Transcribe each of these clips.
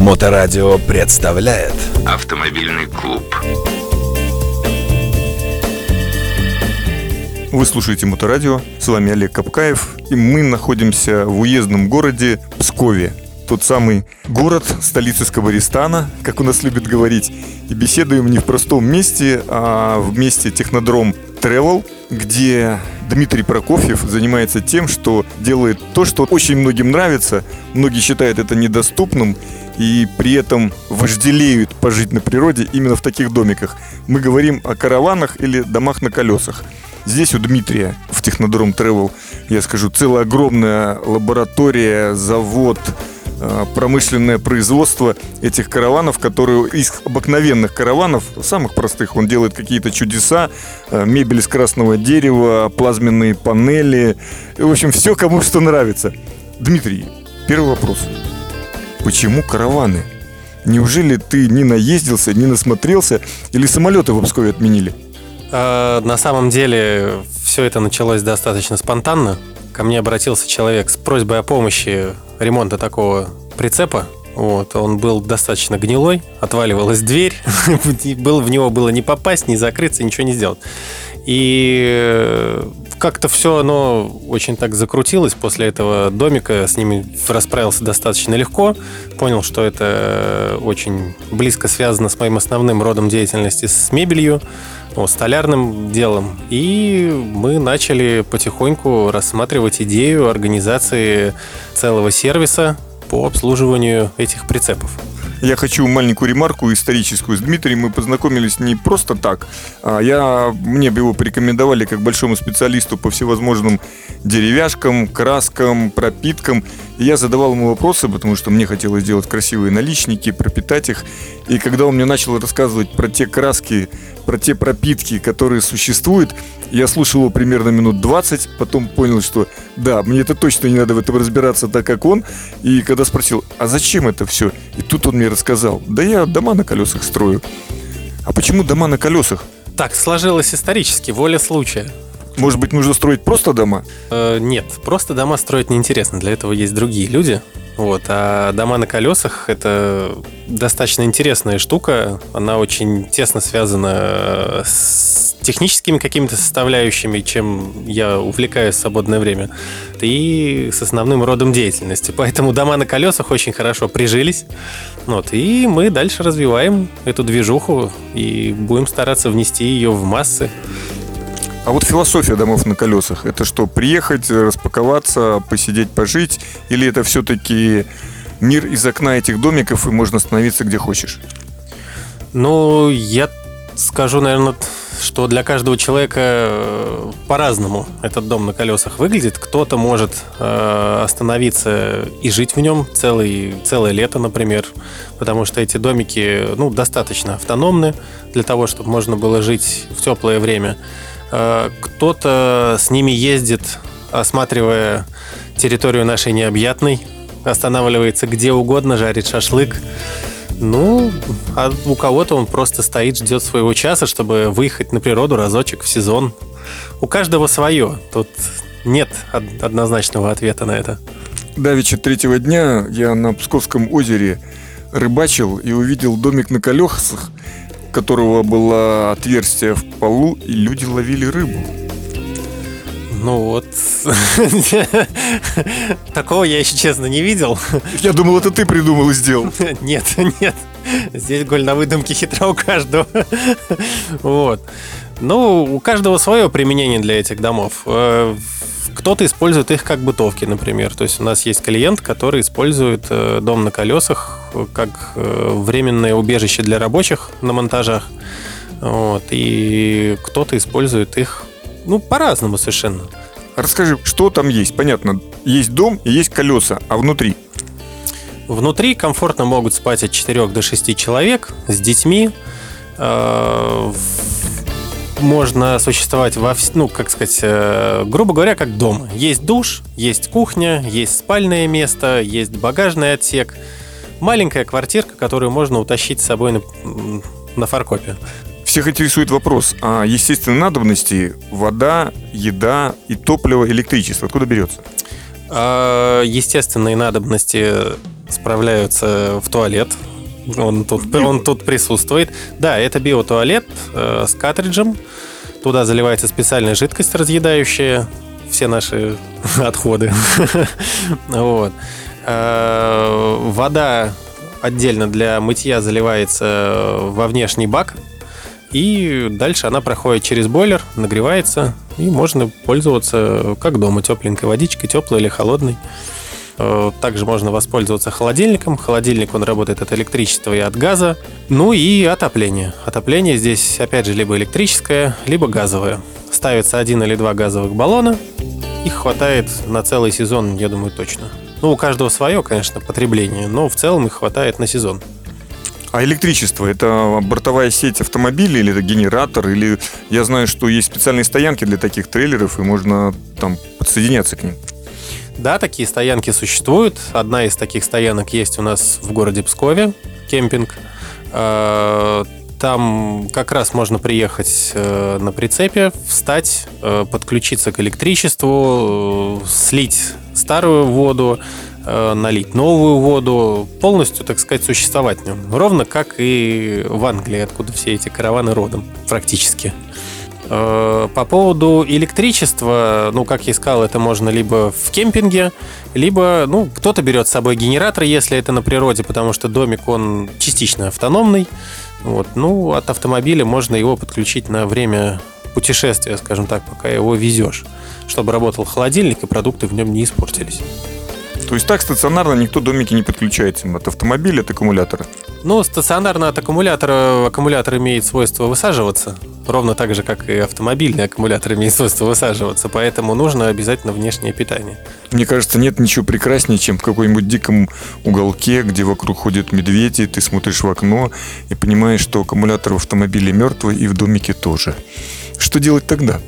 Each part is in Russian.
Моторадио представляет Автомобильный клуб. Вы слушаете Моторадио, с вами Олег Капкаев, и мы находимся в уездном городе Пскове. Тот самый город, столица Сковористана, как у нас любят говорить. И беседуем не в простом месте, а в месте Технодром Travel, где Дмитрий Прокофьев занимается тем, что делает то, что очень многим нравится. Многие считают это недоступным и при этом вожделеют пожить на природе именно в таких домиках. Мы говорим о караванах или домах на колесах. Здесь у Дмитрия в Технодром Travel, я скажу, целая огромная лаборатория, завод, промышленное производство этих караванов, которые из обыкновенных караванов, самых простых, он делает какие-то чудеса, мебель из красного дерева, плазменные панели, в общем, все кому что нравится. Дмитрий, первый вопрос. Почему караваны? Неужели ты не наездился, не насмотрелся, или самолеты в Пскове отменили? На самом деле все это началось достаточно спонтанно. Ко мне обратился человек с просьбой о помощи ремонта такого прицепа. Он был достаточно гнилой, отваливалась дверь, в него было не попасть, не закрыться, ничего не сделать. И как-то все оно очень так закрутилось после этого домика, с ними расправился достаточно легко, понял, что это очень близко связано с моим основным родом деятельности, с мебелью, столярным делом. И мы начали потихоньку рассматривать идею организации целого сервиса по обслуживанию этих прицепов. Я хочу маленькую ремарку историческую. С Дмитрием мы познакомились не просто так. Мне бы его порекомендовали как большому специалисту по всевозможным деревяшкам, краскам, пропиткам. И я задавал ему вопросы, потому что мне хотелось сделать красивые наличники, пропитать их. И когда он мне начал рассказывать про те краски, про те пропитки, которые существуют, я слушал его примерно минут 20, потом понял, что да, мне это точно не надо в этом разбираться так, как он. И когда спросил, а зачем это все? И тут он мне рассказал, да я дома на колесах строю. А почему дома на колесах? Так сложилось исторически, воля случая. Может быть, нужно строить просто дома? Нет, просто дома строить неинтересно, для этого есть другие люди. А дома на колесах — это достаточно интересная штука. Она очень тесно связана с техническими какими-то составляющими, чем я увлекаюсь в свободное время, и с основным родом деятельности. Поэтому дома на колесах очень хорошо прижились. И мы дальше развиваем эту движуху и будем стараться внести ее в массы. А вот философия домов на колесах — это что, приехать, распаковаться, посидеть, пожить? Или это все-таки мир из окна этих домиков, и можно остановиться где хочешь? Я скажу, наверное, что для каждого человека по-разному этот дом на колесах выглядит. Кто-то может остановиться и жить в нем целое лето, например, потому что эти домики достаточно автономны для того, чтобы можно было жить в теплое время. Кто-то с ними ездит, осматривая территорию нашей необъятной, останавливается где угодно, жарит шашлык. А у кого-то он просто стоит, ждет своего часа, чтобы выехать на природу разочек в сезон. У каждого свое. Тут нет однозначного ответа на это. Давеча третьего дня я на Псковском озере рыбачил и увидел домик на колесах, у которого было отверстие в полу, и люди ловили рыбу. Такого я, если честно, не видел. Я думал, это ты придумал и сделал. Нет. Здесь голь на выдумке хитра у каждого. У каждого свое применение для этих домов. Кто-то использует их как бытовки, например. То есть у нас есть клиент, который использует дом на колесах как временное убежище для рабочих на монтажах. И кто-то использует их по-разному совершенно. Расскажи, что там есть? Понятно, есть дом и есть колеса, а внутри? Внутри комфортно могут спать от 4 до 6 человек с детьми. Можно существовать грубо говоря, как дома. Есть душ, есть кухня, есть спальное место, есть багажный отсек. Маленькая квартирка, которую можно утащить с собой на фаркопе. Всех интересует вопрос о естественной надобности: вода, еда и топливо, электричество. Откуда берется? Естественные надобности справляются в туалет. Он тут присутствует. Да, это биотуалет с картриджем. Туда заливается специальная жидкость, разъедающая все наши отходы. Вот. Вода отдельно для мытья заливается во внешний бак. И дальше она проходит через бойлер, нагревается. И можно пользоваться как дома тепленькой водичкой, теплой или холодной. Также можно воспользоваться холодильником. Холодильник, он работает от электричества и от газа. Ну и отопление. Отопление здесь, опять же, либо электрическое, либо газовое. Ставится 1 или 2 газовых баллона. Их хватает на целый сезон, я думаю, точно. Ну, у каждого свое, конечно, потребление, но в целом их хватает на сезон. А электричество – это бортовая сеть автомобиля или это генератор? Или я знаю, что есть специальные стоянки для таких трейлеров, и можно там подсоединяться к ним. Да, такие стоянки существуют. Одна из таких стоянок есть у нас в городе Пскове, кемпинг. Там как раз можно приехать на прицепе, встать, подключиться к электричеству, слить старую воду, налить новую воду, полностью, так сказать, существовать в нем. Ровно как и в Англии, откуда все эти караваны родом, практически. По поводу электричества, ну, как я и сказал, это можно либо в кемпинге, либо, ну, кто-то берет с собой генератор, если это на природе, потому что домик, он частично автономный. Вот. Ну, от автомобиля можно его подключить на время путешествия, скажем так, пока его везешь, чтобы работал холодильник и продукты в нем не испортились. То есть так стационарно никто домики не подключается от автомобиля, от аккумулятора? Ну, стационарно от аккумулятора аккумулятор имеет свойство высаживаться, ровно так же, как и автомобильный аккумулятор имеет свойство высаживаться, поэтому нужно обязательно внешнее питание. Мне кажется, нет ничего прекраснее, чем в каком-нибудь диком уголке, где вокруг ходят медведи, ты смотришь в окно и понимаешь, что аккумулятор в автомобиле мертвый и в домике тоже. Что делать тогда?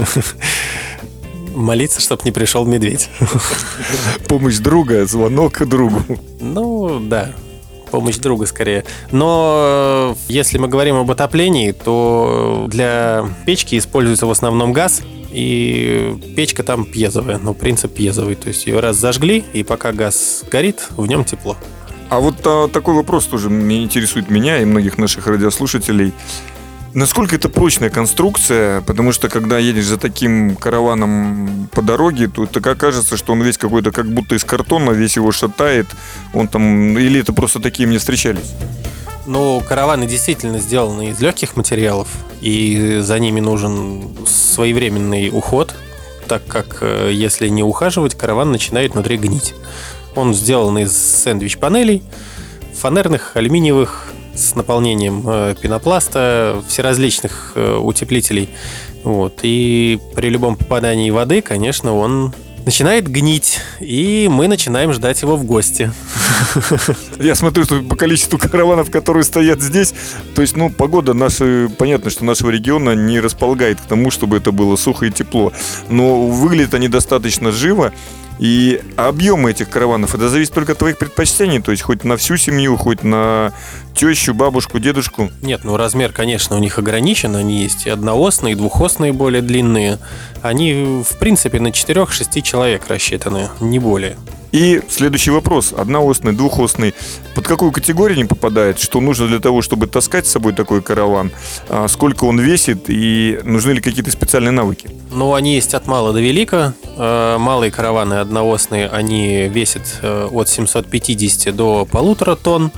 Молиться, чтобы не пришел медведь. Помощь друга, звонок другу. Ну, да. Помощь друга скорее. Но если мы говорим об отоплении, то для печки используется в основном газ. И печка там пьезовая, ну, принцип пьезовый. То есть ее раз зажгли, и пока газ горит, в нем тепло. А вот такой вопрос тоже интересует меня и многих наших радиослушателей. Насколько это прочная конструкция? Потому что, когда едешь за таким караваном по дороге, то так окажется, что он весь какой-то как будто из картона, весь его шатает. Он там... Или это просто такие мне встречались? Ну, караваны действительно сделаны из легких материалов, и за ними нужен своевременный уход, так как если не ухаживать, караван начинает внутри гнить. Он сделан из сэндвич-панелей, фанерных, алюминиевых, с наполнением пенопласта, всеразличных утеплителей. Вот. И при любом попадании воды, конечно, он начинает гнить, и мы начинаем ждать его в гости. Я смотрю, что по количеству караванов, которые стоят здесь, то есть, ну, погода наша, понятно, что нашего региона не располагает к тому, чтобы это было сухо и тепло. Но выглядят они достаточно живо. И объемы этих караванов, это зависит только от твоих предпочтений, то есть хоть на всю семью, хоть на тещу, бабушку, дедушку? Нет, ну размер, конечно, у них ограничен, они есть и одноосные, и двухосные, более длинные. Они, в принципе, на 4-6 человек рассчитаны, не более. И следующий вопрос. Одноосный, двухосный. Под какую категорию они попадают? Что нужно для того, чтобы таскать с собой такой караван? Сколько он весит? И нужны ли какие-то специальные навыки? Ну, они есть от мала до велика. Малые караваны одноосные, они весят от 750 до 1,5 тонн.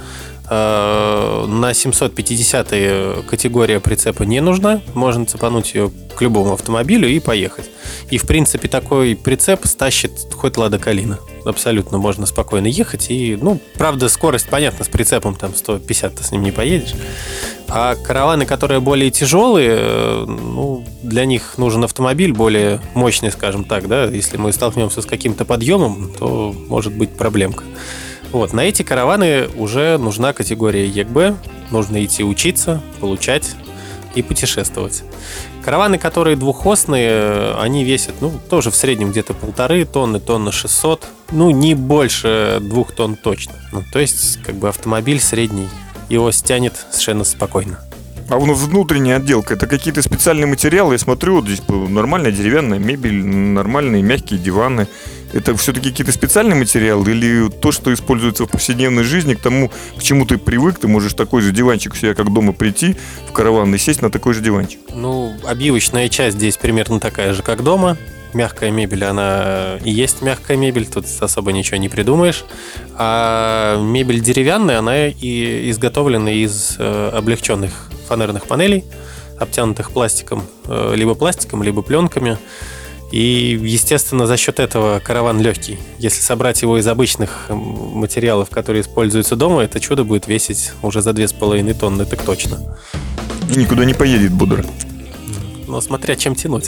На 750-й категория прицепа не нужна. Можно цепануть ее к любому автомобилю и поехать. И, в принципе, такой прицеп стащит хоть Лада Калина. Абсолютно можно спокойно ехать. И, ну, правда, скорость, понятно, с прицепом там 150 ты с ним не поедешь. А караваны, которые более тяжелые, ну, для них нужен автомобиль более мощный, скажем так, да. Если мы столкнемся с каким-то подъемом, то может быть проблемка. Вот, на эти караваны уже нужна категория ЕГБ. Нужно идти учиться, получать и путешествовать. Караваны, которые двухосные, они весят, ну, тоже в среднем где-то 1,5 тонны, 1,6 тонн. Ну, не больше 2 тонн точно. Ну, то есть, как бы автомобиль средний, его стянет совершенно спокойно. А внутренняя отделка, это какие-то специальные материалы? Я смотрю, вот здесь нормальная деревянная мебель, нормальные мягкие диваны. Это все-таки какие-то специальные материалы или то, что используется в повседневной жизни, к тому, к чему ты привык, ты можешь такой же диванчик у себя, как дома, прийти в караван и сесть на такой же диванчик? Ну, обивочная часть здесь примерно такая же, как дома. Мягкая мебель, она и есть мягкая мебель, тут особо ничего не придумаешь. А мебель деревянная, она и изготовлена из облегченных фанерных панелей, обтянутых пластиком, либо пленками. И, естественно, за счет этого караван легкий. Если собрать его из обычных материалов, которые используются дома, это чудо будет весить уже за 2,5 тонны, так точно. И никуда не поедет бодро. Но смотря чем тянуть.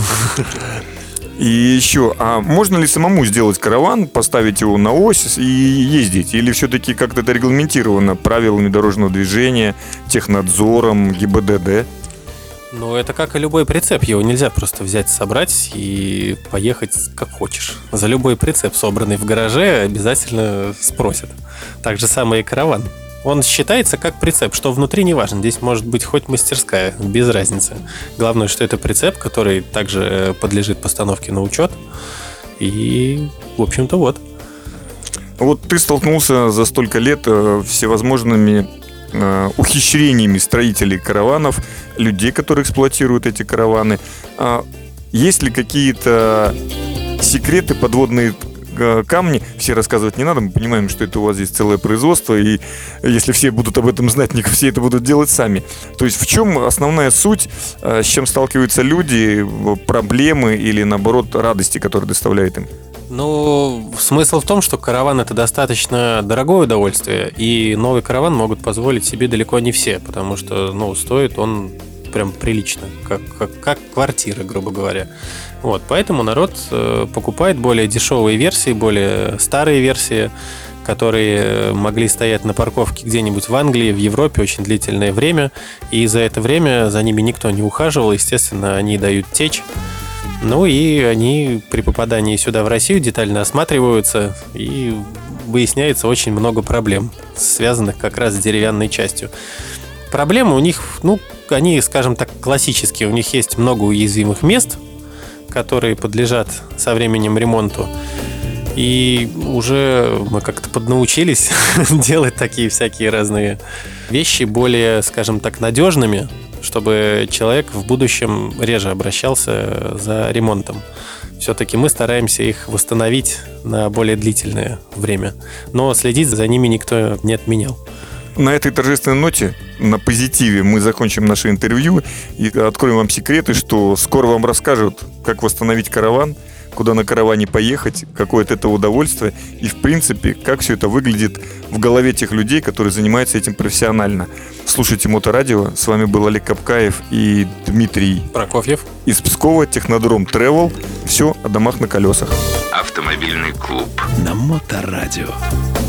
И еще, а можно ли самому сделать караван, поставить его на ось и ездить? Или все-таки как-то это регламентировано правилами дорожного движения, технадзором, ГИБДД? Ну, это как и любой прицеп. Его нельзя просто взять, собрать и поехать как хочешь. За любой прицеп, собранный в гараже, обязательно спросят. Так же самое и караван. Он считается как прицеп, что внутри не важно. Здесь может быть хоть мастерская, без разницы. Главное, что это прицеп, который также подлежит постановке на учет. И, в общем-то, вот. Вот ты столкнулся за столько лет всевозможными ухищрениями строителей караванов, людей, которые эксплуатируют эти караваны. Есть ли какие-то секреты, подводные камни? Все рассказывать не надо, мы понимаем, что это у вас здесь целое производство, и если все будут об этом знать, не все это будут делать сами. То есть в чем основная суть, с чем сталкиваются люди, проблемы или, наоборот, радости, которые доставляет им? Ну, смысл в том, что караван – это достаточно дорогое удовольствие, и новый караван могут позволить себе далеко не все, потому что, ну, стоит он прям прилично, как квартира, грубо говоря. Вот, поэтому народ покупает более дешевые версии, более старые версии, которые могли стоять на парковке где-нибудь в Англии, в Европе очень длительное время, и за это время за ними никто не ухаживал, естественно, они дают течь. Ну и они при попадании сюда, в Россию, детально осматриваются, и выясняется очень много проблем, связанных как раз с деревянной частью. Проблемы у них, ну, они, скажем так, классические. У них есть много уязвимых мест, которые подлежат со временем ремонту. И уже мы как-то поднаучились делать такие всякие разные вещи более, скажем так, надежными, чтобы человек в будущем реже обращался за ремонтом. Все-таки мы стараемся их восстановить на более длительное время. Но следить за ними никто не отменял. На этой торжественной ноте, на позитиве, мы закончим наше интервью и откроем вам секреты, что скоро вам расскажут, как восстановить караван, куда на караване поехать, какое от этого удовольствие и, в принципе, как все это выглядит в голове тех людей, которые занимаются этим профессионально. Слушайте Моторадио. С вами был Олег Капкаев и Дмитрий Прокофьев. Из Пскова, Технодром Travel. Все о домах на колесах. Автомобильный клуб. На Моторадио.